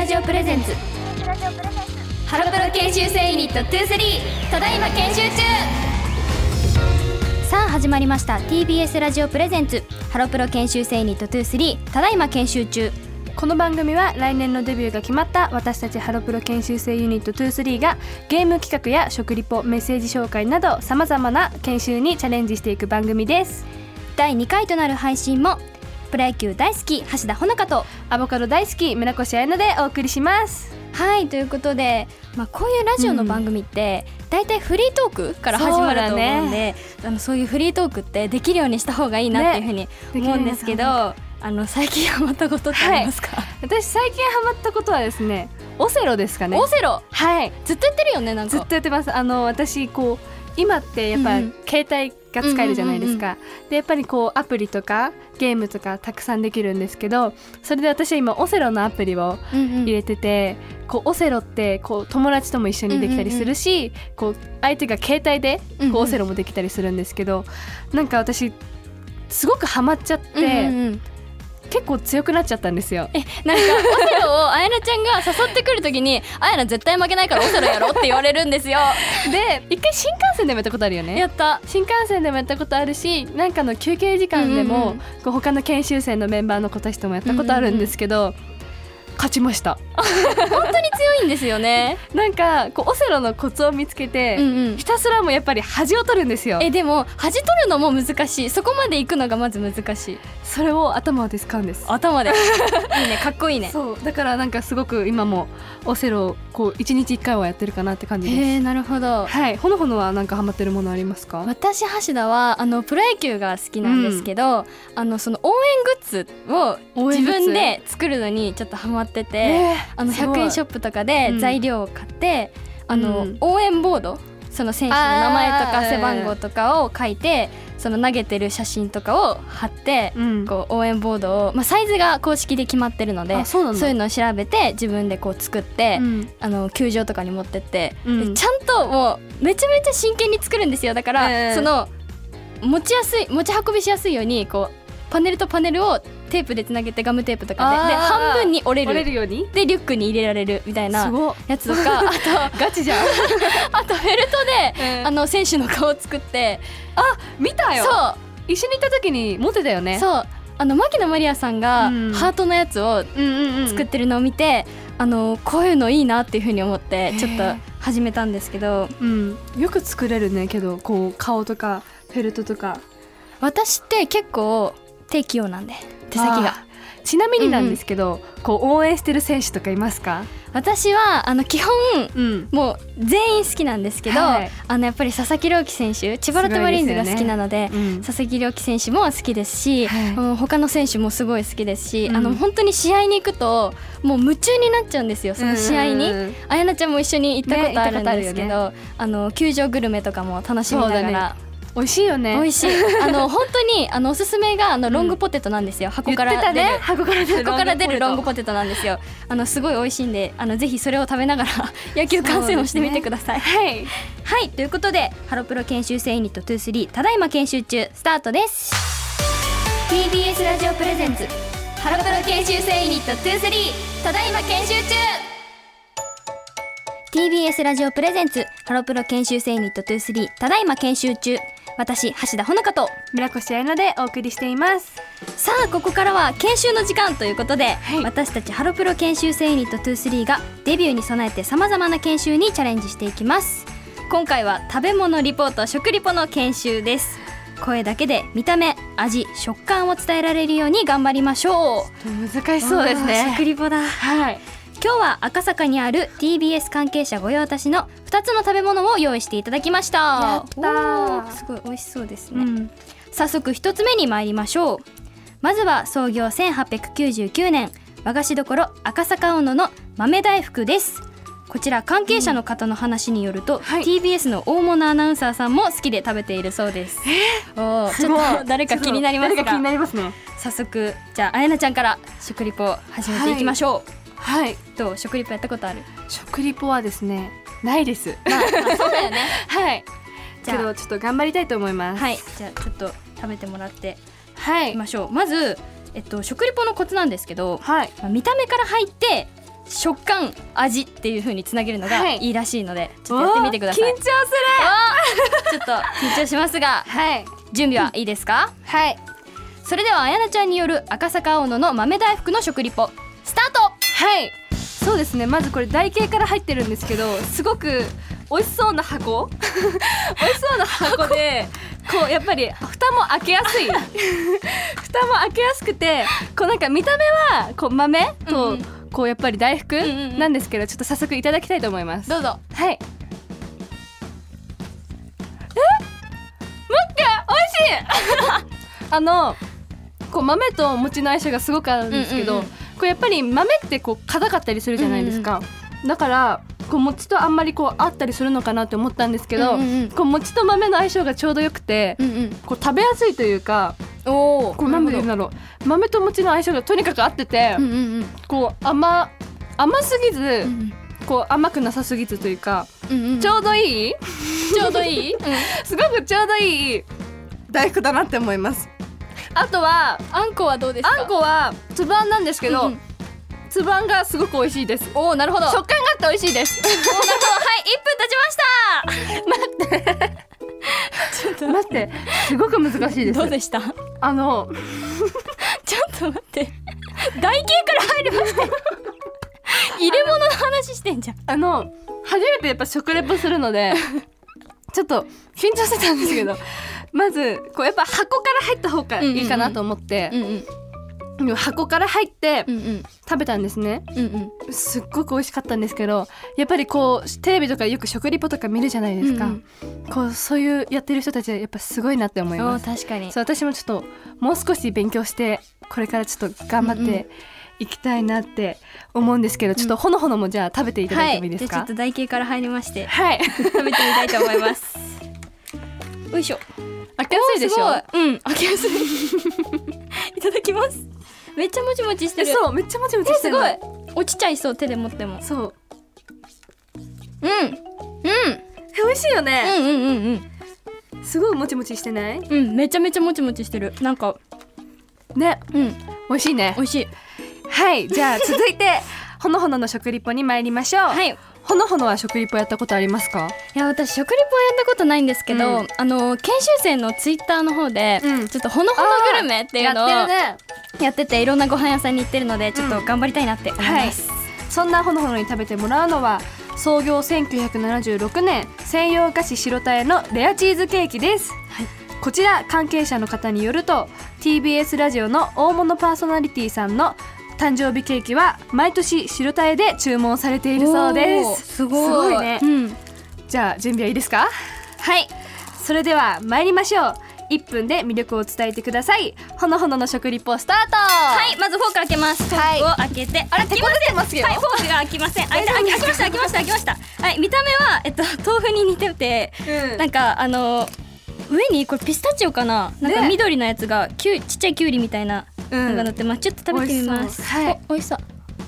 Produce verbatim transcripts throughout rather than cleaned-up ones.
ラジオプレゼンツハロプロ研修生ユニットにじゅうさん、ただいま研修中。さあ始まりました ティービーエス ラジオプレゼンツハロプロ研修生ユニットにじゅうさん、ただいま研修中。 この番組は来年のデビューが決まった私たちハロプロ研修生ユニットにじゅうさんがゲーム企画や食リポ、メッセージ紹介などさまざまな研修にチャレンジしていく番組です。 だいにかいとなる配信もプロ野球大好き橋田穂香とアボカド大好き村越彩菜でお送りします。 はい、ということで、まあ、こういうラジオの番組ってだいたいフリートークから始まると思うんで、 そうね、あのそういうフリートークってできるようにした方がいいなっていうふうに思うんですけど、ね、あの最近ハマったことってありますか？はい、 私最近ハマったことはですね、オセロですかね。 オセロ、 はい、 ずっとやってるよね。なんかずっとやってます。あの私こう今ってやっぱ、うん、携帯が使えるじゃないですか、うんうんうんうん、でやっぱりこうアプリとかゲームとかたくさんできるんですけど、それで私は今オセロのアプリを入れてて、うんうん、こうオセロってこう友達とも一緒にできたりするし、うんうんうん、こう相手が携帯でこう、うんうん、オセロもできたりするんですけど、なんか私すごくハマっちゃって、うんうんうん、結構強くなっちゃったんですよ。 え、なんかオセロをあやなちゃんが誘ってくるときにあやな絶対負けないからオセロやろって言われるんですよ。 で一回新幹線でもやったことあるよね。 やった。 新幹線でもやったことあるし、なんかの休憩時間でも、うんうん、こう他の研修生のメンバーの子たちともやったことあるんですけど、うんうんうん、勝ちました。 本当に強いんですよね。 なんかこうオセロのコツを見つけて、うんうん、ひたすらもやっぱり端を取るんですよ。 え、でも端取るのも難しい。そこまで行くのがまず難しい。 それを頭で使うんです。 頭でいいね、かっこいいね。 そうだからなんかすごく今もオセロをこういちにちいっかいはやってるかなって感じです。 へー、なるほど。 はい、ほのほのはなんかハマってるものありますか？ 私橋田はあのプロ野球が好きなんですけど、うん、あのその応援グッズを自分で作るのにちょっとハマってて、えー、あのひゃくえんショップとかで材料を買って、うん、あの応援ボード、その選手の名前とか背番号とかを書いて、その投げてる写真とかを貼って、うん、こう応援ボードを、まあ、サイズが公式で決まってるので、そういうのを調べて自分でこう作って、うん、あの球場とかに持ってって、うん、ちゃんともうめちゃめちゃ真剣に作るんですよ。だから、えー、その持ちやすい持ち運びしやすいようにこうパネルとパネルをテープでつなげてガムテープとかで、で半分に折れる、 折れるようにでリュックに入れられるみたいなやつとか、あとガチじゃんあとフェルトで、うん、あの選手の顔を作って、 あ、見たよ。 そう、 一緒に行った時に持ってたよね。 そう、あの牧野マリアさんがハートのやつを作ってるのを見て、うんうんうん、あのこういうのいいなっていう風に思ってちょっと始めたんですけど、 うん、よく作れるね。けどこう顔とかフェルトとか、 私って結構手器用なんで手先が。 ちなみになんですけど、うんうん、こう応援してる選手とかいますか？ 私はあの基本、うん、もう全員好きなんですけど、はい、あのやっぱり佐々木朗希選手、千葉ロッテマリーンズが好きなの で, で、ね、うん、佐々木朗希選手も好きですし、はい、うん、他の選手もすごい好きですし、うん、あの本当に試合に行くともう夢中になっちゃうんですよ、その試合に。あやなちゃんも一緒に行ったことあるんですけど、ね、あ, ね、あの球場グルメとかも楽しみながら、 美味しいよね。 美味しい。あの本当にあのおすすめがあのロングポテトなんですよ、うん、箱から出る、 ね、箱から出る箱から出るロングポテトなんですよ。あのすごい美味しいんで、あのぜひそれを食べながら野球観戦をしてみてください、ね、はい、はい、ということでハロプロ研修生ユニットにじゅうさん、ただいま研修中、スタートです。 ティービーエス ラジオプレゼンツハロプロ研修生ユニットにじゅうさん、ただいま研修中。 ティービーエス ラジオプレゼンツハロプロ研修生ユニットにじゅうさん、ただいま研修中。私橋田穂香と村越彩菜でお送りしています。 さあここからは研修の時間ということで、はい、私たちハロプロ研修生ユニットにじゅうさんがデビューに備えてさまざまな研修にチャレンジしていきます。今回は食べ物リポート、食リポの研修です。声だけで見た目、味、食感を伝えられるように頑張りましょう。難しそうですね。 食リポだ。はい、今日は赤坂にある ティービーエス 関係者御用達のふたつの食べ物を用意していただきました。 やったー、 すごい美味しそうですね、うん、早速ひとつめに参りましょう。まずは創業せんはっぴゃくきゅうじゅうきゅうねん、和菓子処赤坂おのの豆大福です。こちら関係者の方の話によると、うん、はい、ティービーエス の大物アナウンサーさんも好きで食べているそうです。 えー、 おちょっと誰か気になりますが、 誰か気になりますね。 早速じゃああやなちゃんから食リポ始めていきましょう。 はい、はい、 どう、食リポやったことある？ 食リポはですね、ないです。 まあ、まあ、そうだよねはい、じゃあけどちょっと頑張りたいと思います。 はい、じゃあちょっと食べてもらっていきましょう。はい、まず、えっと、食リポのコツなんですけど、はい、まあ、見た目から入って食感味っていう風につなげるのがはいいいらしいので、ちょっとやってみてください。 緊張する。 ちょっと緊張しますがはい準備はいいですか？ はいそれではあやなちゃんによる赤坂青野の豆大福の食リポスタート。 はいそうですね、まずこれ台形から入ってるんですけど、すごく美味しそうな箱美味しそうな箱でこうやっぱり蓋も開けやすい蓋も開けやすくて、こうなんか見た目はこう豆と、 うんうんこうやっぱり大福んうんうんなんですけど、ちょっと早速いただきたいと思います。 どうぞ。 はい。え、待って美味しいあのこう豆と餅の相性がすごくあるんですけど、 うんうんうん、 こうやっぱり豆ってこう硬かったりするじゃないですか、うんうん、だからこう餅とあんまりこう合ったりするのかなって思ったんですけど、うんうんうん、こう餅と豆の相性がちょうどよくて、うんうん、こう食べやすいというか、おー、こう何て言うんだろう、豆と餅の相性がとにかく合ってて、うんうんうん、こう 甘, 甘すぎず、うんうん、こう甘くなさすぎずというか、うんうん、ちょうどいいちょうどいい、うん、すごくちょうどいい大福だなって思います。あとはあんこはどうですか？ あんこはつぶあんなんですけど、うんうん、つぶあんがすごく美味しいです。 おー、なるほど、 食感があって美味しいです。おー、なるほど。はい、いっぷん経ちました待ってちょっと待ってすごく難しいです。 どうでした？ あのちょっと待って台形から入りました入れ物の話してんじゃん。 あの初めてやっぱ食レポするのでちょっと緊張してたんですけどまずこうやっぱ箱から入った方がいいかなと思って、うんうんうん、箱から入って食べたんですね、うんうん、すっごく美味しかったんですけど、やっぱりこうテレビとかよく食リポとか見るじゃないですか、うんうん、こうそういうやってる人たちはやっぱすごいなって思います。 確かに。 そう、私もちょっともう少し勉強してこれからちょっと頑張っていきたいなって思うんですけど、うんうん、ちょっとほのほのもじゃあ食べていただいてもいいですか？ はい、じゃあちょっと台形から入りまして、 はい食べてみたいと思いますよいしょ。 開けやすいでしょ？ うん、開けやすいいただきます。めっちゃもちもちしてる。 そう、めっちゃもちもちしてる。 すごい落ちちゃいそう、手で持っても。 そう、 うんうん、 美味しいよね。 うんうんうんうん、すごいもちもちしてない？ うん、めちゃめちゃもちもちしてる。なんかね、うん、美味しいね。 美味しい。 はい、じゃあ続いてほのほのの食リポに参りましょう。はい、ほのほのは食リポやったことありますか？ いや、私食リポやったことないんですけど、うん、あの研修生のツイッターの方で、うん、ちょっとほのほのグルメっていうのをやってるね。やってて、いろんなご飯屋さんに行ってるので、ちょっと頑張りたいなって思います、うん、はい、 そんなほのほのに食べてもらうのは創業せんきゅうひゃくななじゅうろくねん専用菓子白たえのレアチーズケーキです、はい、こちら関係者の方によると ティービーエス ラジオの大物パーソナリティさんの誕生日ケーキは毎年白たえで注文されているそうです。 すごい、すごいね、 うん、じゃあ準備はいいですか？はい、それでは参りましょう。いっぷんで魅力を伝えてください。ほのほのの食リポスタート。 はい、まずフォーク開けます。フォークを開けて、 あれ手こずれますよ。 はい、フォークが開きません。開きました開きました開きました。はい、見た目はえっと豆腐に似てて、うん、なんかあの上にこれピスタチオかな、なんか緑のやつがきゅうちっちゃいきゅうりみたいなのが乗ってます。ちょっと食べてみます。はい、おいしそう。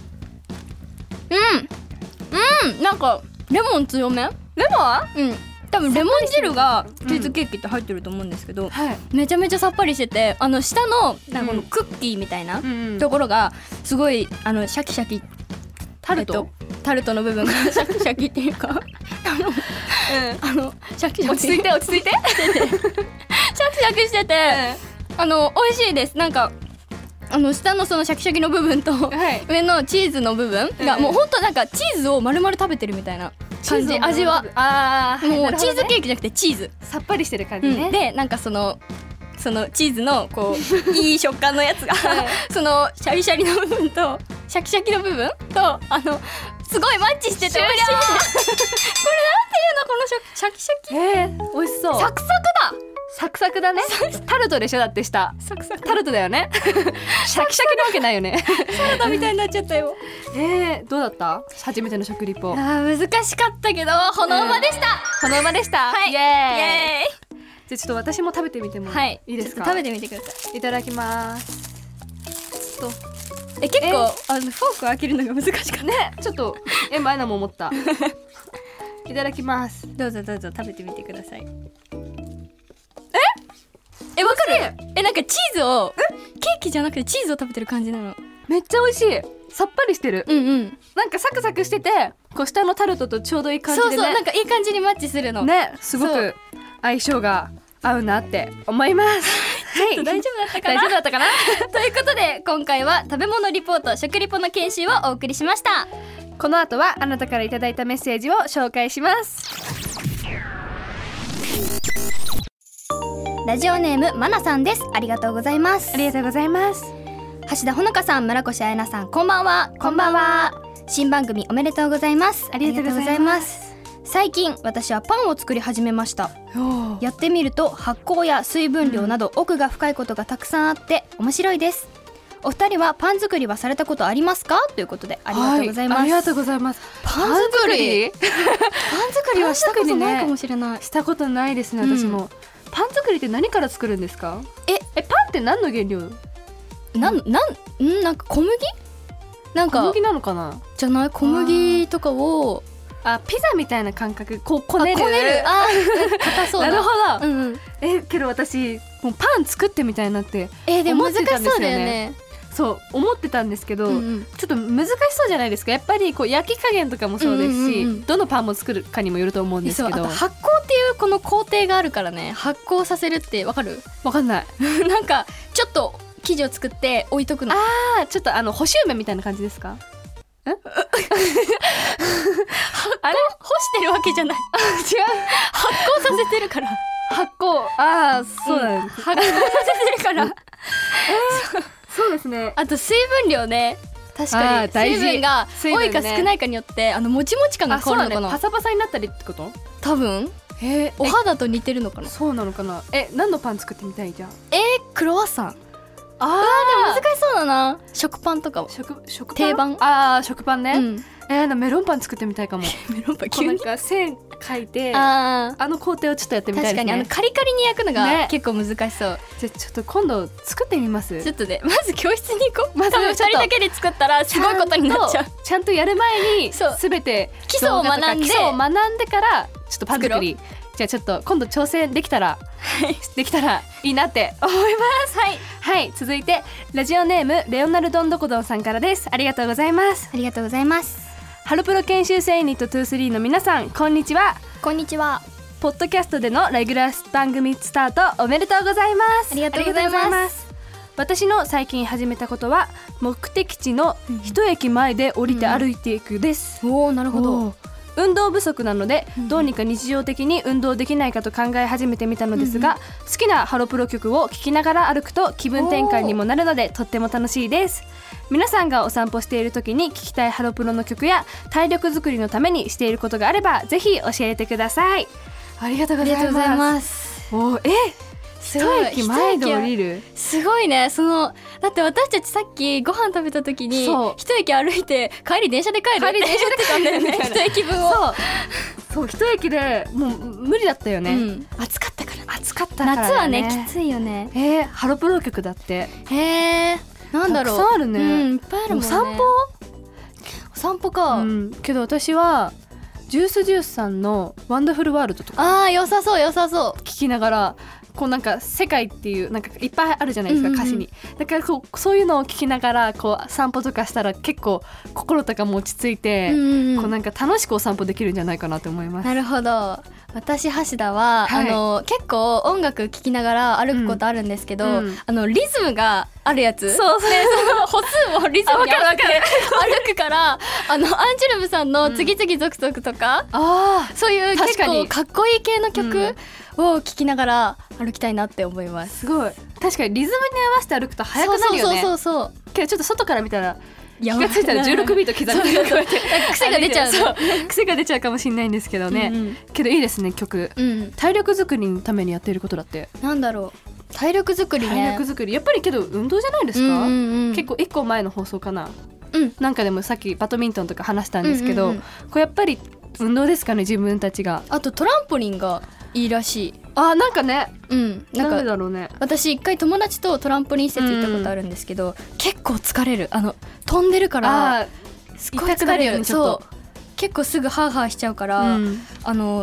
うんうん、なんかレモン強め。 レモン？ うん。多分レモン汁がチーズケーキって入ってると思うんですけど、うん、はい、めちゃめちゃさっぱりしてて、あの下のなんかこのクッキーみたいなところがすごいあのシャキシャキ、 タルト、 えっと、タルトの部分がシャキシャキっていうかあの、うん、あのシャキシャキ落ち着いて落ち着いてシャキシャキしてて、うん、あの美味しいです。なんかあの下のそのシャキシャキの部分と、はい、上のチーズの部分が、うん、もうほんとなんかチーズを丸々食べてるみたいな感じ。味はあー、もう、はい、チーズケーキじゃなくてチーズ、 さっぱりしてる感じね、 うん、でなんかそのそのチーズのこういい食感のやつが、はい、そのシャリシャリの部分とシャキシャキの部分とあのすごいマッチしてて美味しいこれなんていうのこのシャキシャキ、 えー、美味しそう。 サクサクだ。 サクサクだね。タルトでしょ、だって下サクサクタルトだよねシャキシャキなわけないよねサラダみたいになっちゃったよえー、どうだった？初めての食リポ。 あー、難しかったけどほの馬でした、 うん、ほの馬でした、 はい、 イエーイ、イエーイ。じゃあちょっと私も食べてみてもいいですか？ はい、食べてみてください。 いただきます。ちょっとえ結構あのフォーク開けるのが難しかったね。ちょっとえ前のも思ったいただきます。 どうぞどうぞ食べてみてください。えわかる？えなんかチーズをケーキじゃなくてチーズを食べてる感じなの。 めっちゃ美味しい。 さっぱりしてる、 うんうん、 なんかサクサクしててこう下のタルトとちょうどいい感じでね、 そうそうなんかいい感じにマッチするのね、すごく相性が合うなって思いますはい、 大丈夫だったかな大丈夫だったかなということで今回は食べ物リポート食リポの研修をお送りしました。 この後はあなたからいただいたメッセージを紹介します。 ラジオネームまなさんです。ありがとうございます。 ありがとうございます。 橋田ほのかさん、村越彩菜さん、こんばんは。 こんばんは。 新番組おめでとうございます。 ありがとうございます。 最近私はパンを作り始めました。やってみると発酵や水分量など奥が深いことがたくさんあって面白いです。お二人はパン作りはされたことありますか？ということでありがとうございます。 はい、ありがとうございます。 パン作りパン作りはしたことないかもしれない。 したことないですね、私も、うん、パン作りって何から作るんですか？ ええパンって何の原料？ なんなんんなんか小麦？なんか小麦なのかな？ じゃない、小麦とかをあピザみたいな感覚、こうこねる。 あこねる。あ硬そうだ。 なるほど。 うんうん、 えけど私もうパン作ってみたいなってえでも思ってたんですよね。 難しそうだよね。 そう思ってたんですけど、うんうん、ちょっと難しそうじゃないですか。やっぱりこう焼き加減とかもそうですし、うんうんうん、どのパンも作るかにもよると思うんですけど、 あと発酵っていうこの工程があるからね。発酵させるってわかる？ わかんないなんかちょっと生地を作って置いとくの。 あーちょっとあの干し梅みたいな感じですか？んあれ干してるわけじゃない。違う、発酵させてるから。 発酵、ああそうなんです、 うん、発酵させてるからそうですね。 あと水分量ね。確かに水分が多いか少ないかによってあのもちもち感が変わるのかな、 ね、パサパサになったりってこと？ 多分へお肌と似てるのかな。 そうなのかな。え何のパン作ってみたいじゃん。 えー、クロワッサン。 あーでも難しそうだな。食パンとかは食, 食パン定番。 あー食パンね、うん、えー、メロンパン作ってみたいかもメロンパン急になんか線描いてあ, あの工程をちょっとやってみたいですね。 確かにあのカリカリに焼くのが結構難しそう、ね、 じゃあちょっと今度作ってみます。 ちょっとねまず教室に行こう。まずふたりだけで作ったらすごいことになっちゃう。 ちゃんとやる前にすべて基礎を学んで基礎を学んでからちょっとパン作りじゃあちょっと今度挑戦できたらできたらいいなって思います。 はい、 はい、続いてラジオネームレオナルドンドコドンさんからです。ありがとうございます。 ありがとうございます。 ハロプロ研修生ユニットにじゅうさんの皆さんこんにちは。 こんにちは。 ポッドキャストでのレギュラー番組スタートおめでとうございます。 ありがとうございます。 私の最近始めたことは目的地の一駅前で降りて歩いていくです、 うんうん、おーなるほど。 運動不足なので、うん、どうにか日常的に運動できないかと考え始めてみたのですが、うん、好きなハロプロ曲を聴きながら歩くと気分転換にもなるのでとっても楽しいです。皆さんがお散歩している時に聴きたいハロプロの曲や体力作りのためにしていることがあればぜひ教えてください。ありがとうございます。おえ一駅前で降りるすごいね。そのだって私たちさっきご飯食べた時に一駅歩いて帰り電車で帰るって言ってたんだよね一駅分を。 そうそう一駅でもう無理だったよね、うん、 暑かったから暑かったから、ね、 夏はねきついよね。 えー、ハロプロ曲だって。 へーなんだろうたくさんあるね、 うん、いっぱいあるもんね。 お散歩お散歩か、 うん、けど私はジュースジュースさんのワンダフルワールドとかあー良さそう良さそう聞きながらこうなんか世界っていうなんかいっぱいあるじゃないですか、うんうんうん、歌詞に。だからこうそういうのを聞きながらこう散歩とかしたら結構心とかも落ち着いて、うんうんうん、こうなんか楽しくお散歩できるんじゃないかなと思います。 なるほど。私橋田は、はい、あの結構音楽聴きながら歩くことあるんですけど、うん、あのリズムがあるやつ。 そうそう、 ね、その歩数もリズムに合わせて歩くからあのアンジュルムさんの次々続々とか、うん、あそういう結構かっこいい系の曲を聴きながら歩きたいなって思います。 すごい確かにリズムに合わせて歩くと速くなるよね。 そうそうそうそうけどちょっと外から見たら気がついたらじゅうろくビート刻んでる癖が出ちゃうそう癖が出ちゃうかもしれないんですけどね、うんうん、けどいいですね曲、うん、体力作りのためにやっていることだって。 なんだろう体力作りね。 体力作りやっぱりけど運動じゃないですか、うんうんうん、結構いっこまえの放送かな、うん、なんかでもさっきバドミントンとか話したんですけど、うんうんうん、こうやっぱり運動ですかね自分たちが。 あとトランポリンがいいらしい。 あなんかね、 うん、 なんかなんでだろうね。 私一回友達とトランポリン施設行ったことあるんですけど、うん、結構疲れる。あの飛んでるからすごい疲れるよね。そう結構すぐハーハーしちゃうから、うん、あの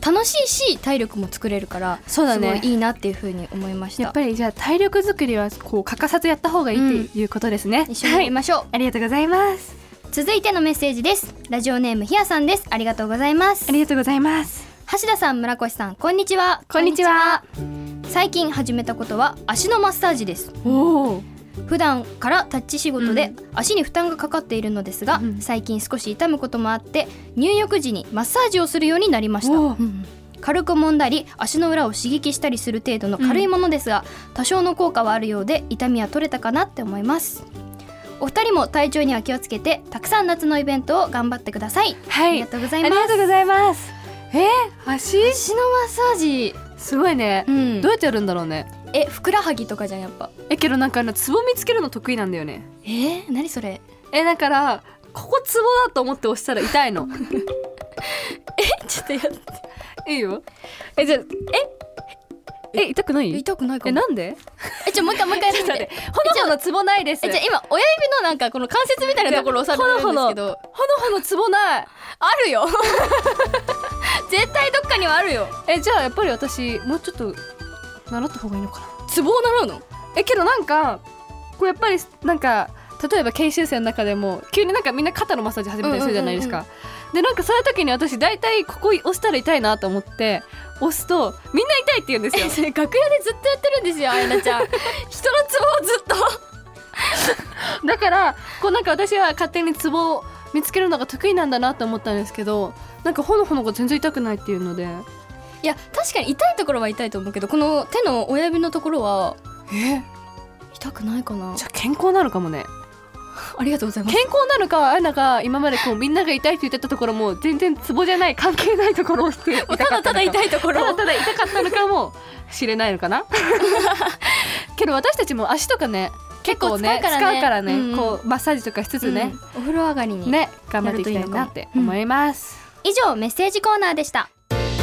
楽しいし体力も作れるから、 そうだね、 すごいいいなっていう風に思いました。 やっぱりじゃあ体力作りはこう欠かさずやった方がいいっていうことですね、 うん、一緒にやりましょう、はい、 ありがとうございます。 続いてのメッセージです。ラジオネームひやさんです。ありがとうございます。 ありがとうございます。 橋田さん、村越さん、こんにちは。 こんにちは。 最近始めたことは足のマッサージです。 おー、 普段からタッチ仕事で足に負担がかかっているのですが、うん、最近少し痛むこともあって入浴時にマッサージをするようになりました。うん、軽く揉んだり足の裏を刺激したりする程度の軽いものですが、うん、多少の効果はあるようで痛みは取れたかなって思います。お二人も体調には気をつけてたくさん夏のイベントを頑張ってください。 はい、 ありがとうございます。 ありがとうございます。えー、足足のマッサージすごいね、うん、どうやってやるんだろうね。 え、ふくらはぎとかじゃんやっぱ。え、 けどなんかあのツボ見つけるの得意なんだよね。 えー、何それ。 え、だからここツボだと思って押したら痛いのえ、ちょっとやっていいよ。え、じゃあええ痛くない？ 痛くないかも。 え、なんで？ え、ちょもう一回もう一回やってみて。 ほのほのツボないです。 え、じゃあ今親指のなんかこの関節みたいなところを押さえてるんですけど、ほのほのツボない。 あるよ絶対どっかにはあるよ。 え、じゃあやっぱり私もうちょっと習った方がいいのかな。 ツボを習うの？ え、けどなんかこうやっぱりなんか例えば研修生の中でも急になんかみんな肩のマッサージ始めたりするじゃないですか、うんうんうんうん、でなんかそういう時に私大体ここ押したら痛いなと思って押すとみんな痛いって言うんですよ。 それ楽屋でずっとやってるんですよ、あやなちゃん人のツボをずっとだからこうなんか私は勝手にツボを見つけるのが得意なんだなと思ったんですけど、なんかほのほのが全然痛くないっていうので、 いや確かに痛いところは痛いと思うけど、この手の親指のところはえ痛くないかな。 じゃあ健康なのかもね。 ありがとうございます。 健康なのか、あやなが今までこうみんなが痛いって言ってたところも全然ツボじゃない関係ないところをして痛かったのか、 ただただ痛いところただただ痛かったのかもしれないのかなけど私たちも足とかね結構ね使うからね、からね、うんうん、こうマッサージとかしつつね、 うん、お風呂上がりにね頑張っていきたいなって思います、 うん、以上メッセージコーナーでした。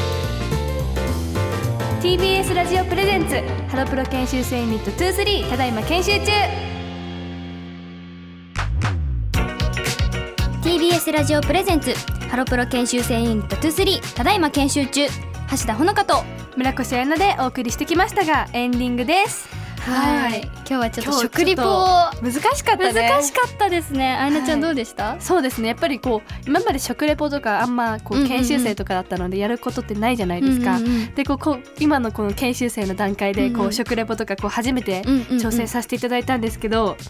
ティービーエス ラジオプレゼンツハロプロ研修生ユニットにじゅうさんただいま研修中。 ティービーエス ラジオプレゼンツハロプロ研修生ユニットにじゅうさんただいま研修中、橋田ほのかと村越彩菜でお送りしてきましたがエンディングです。 はい、今日はちょっと食リポ難しかったね。 難しかったですね。あやなちゃんどうでした？ はい、そうですね、やっぱりこう今まで食レポとかあんまこう研修生とかだったのでやることってないじゃないですか、うんうんうん、でこうこう今のこの研修生の段階でこう食レポとかこう初めて挑戦させていただいたんですけど、うんうんうん、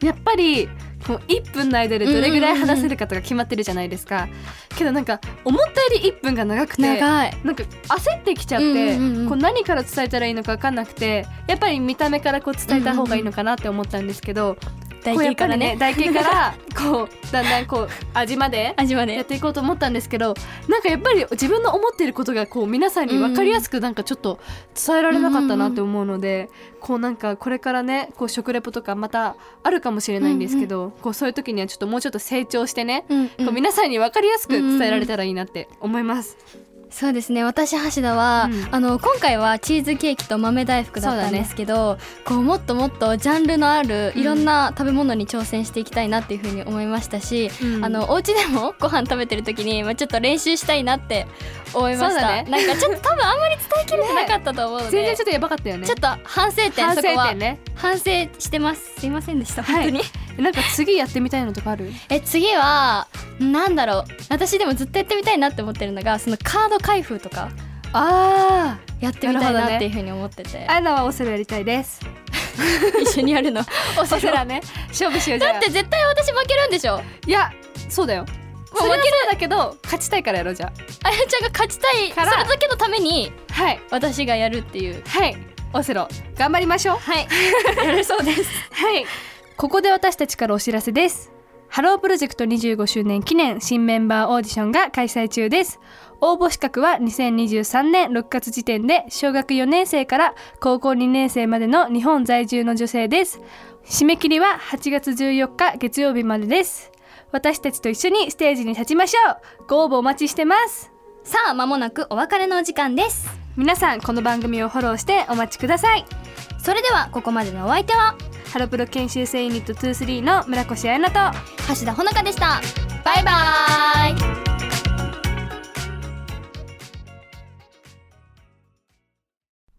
やっぱりこういっぷんの間でどれぐらい話せるかとか決まってるじゃないですか、うんうんうん、けどなんか思ったよりいっぷんが長くて長い、 なんか焦ってきちゃって、うんうんうん、こう何から伝えたらいいのか分かんなくて、やっぱり見た目からこう伝えた方がいいのかなって思ったんですけど、 台形からね台形からこうだんだんこう味まで味までやっていこうと思ったんですけど、なんかやっぱり自分の思っていることがこう皆さんに分かりやすくなんかちょっと伝えられなかったなって思うので、こうなんかこれからねこう食レポとかまたあるかもしれないんですけど、うんうん、こうそういう時にはちょっともうちょっと成長してね、うんうん、こう皆さんに分かりやすく伝えられたらいいなって思います。 そうですね、私橋田は、うん、あの今回はチーズケーキと豆大福だったんですけど、ね、こうもっともっとジャンルのあるいろんな食べ物に挑戦していきたいなっていうふうに思いましたし、うん、あのお家でもご飯食べてる時に、まあ、ちょっと練習したいなって思いました、ね、なんかちょっと多分あんまり伝えきれてなかったと思うので、ね、 全然ちょっとやばかったよね。 ちょっと反省点反省点、 そこはね、 反省してます。すいませんでした、はい、本当になんか次やってみたいのとかある？ え次はなんだろう、私でもずっとやってみたいなって思ってるのがそのカード開封とかあやってみたいなっていうふうに思ってて、 あやなはオセロやりたいです一緒にやるのオセロね、勝負しよう。じゃあだって絶対私負けるんでしょ。 いやそうだよ、それはそうだけど勝ちたいからやろう。じゃああやちゃんが勝ちたいからそれだけのために、 はい、 私がやるっていう。 はいオセロ頑張りましょう。 はいやれそうですはいここで私たちからお知らせです。ハロープロジェクトにじゅうごしゅうねん記念新メンバーオーディションが開催中です。応募資格はにせんにじゅうさんねんろくがつ時点で小学よねん生から高校にねん生までの日本在住の女性です。締め切りははちがつじゅうよっか月曜日までです。私たちと一緒にステージに立ちましょう。ご応募お待ちしてます。 さあ間もなくお別れのお時間です。 皆さんこの番組をフォローしてお待ちください。 それではここまでのお相手はハロプロ研修生ユニットにじゅうさんの村越彩菜と橋田ほのかでした。バイバーイ。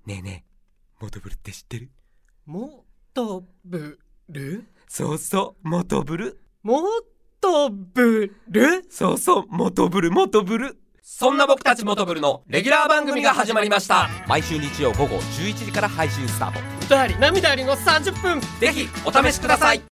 ねえねえ、モトブルって知ってる？ モトブル？ そうそう、モトブル。 モトブル？ そうそう、モトブルモトブル。そんな僕たちモトブルのレギュラー番組が始まりました。毎週日曜午後じゅういちじから配信スタート。 歌あり涙ありのさんじゅっぷん、 ぜひお試しください。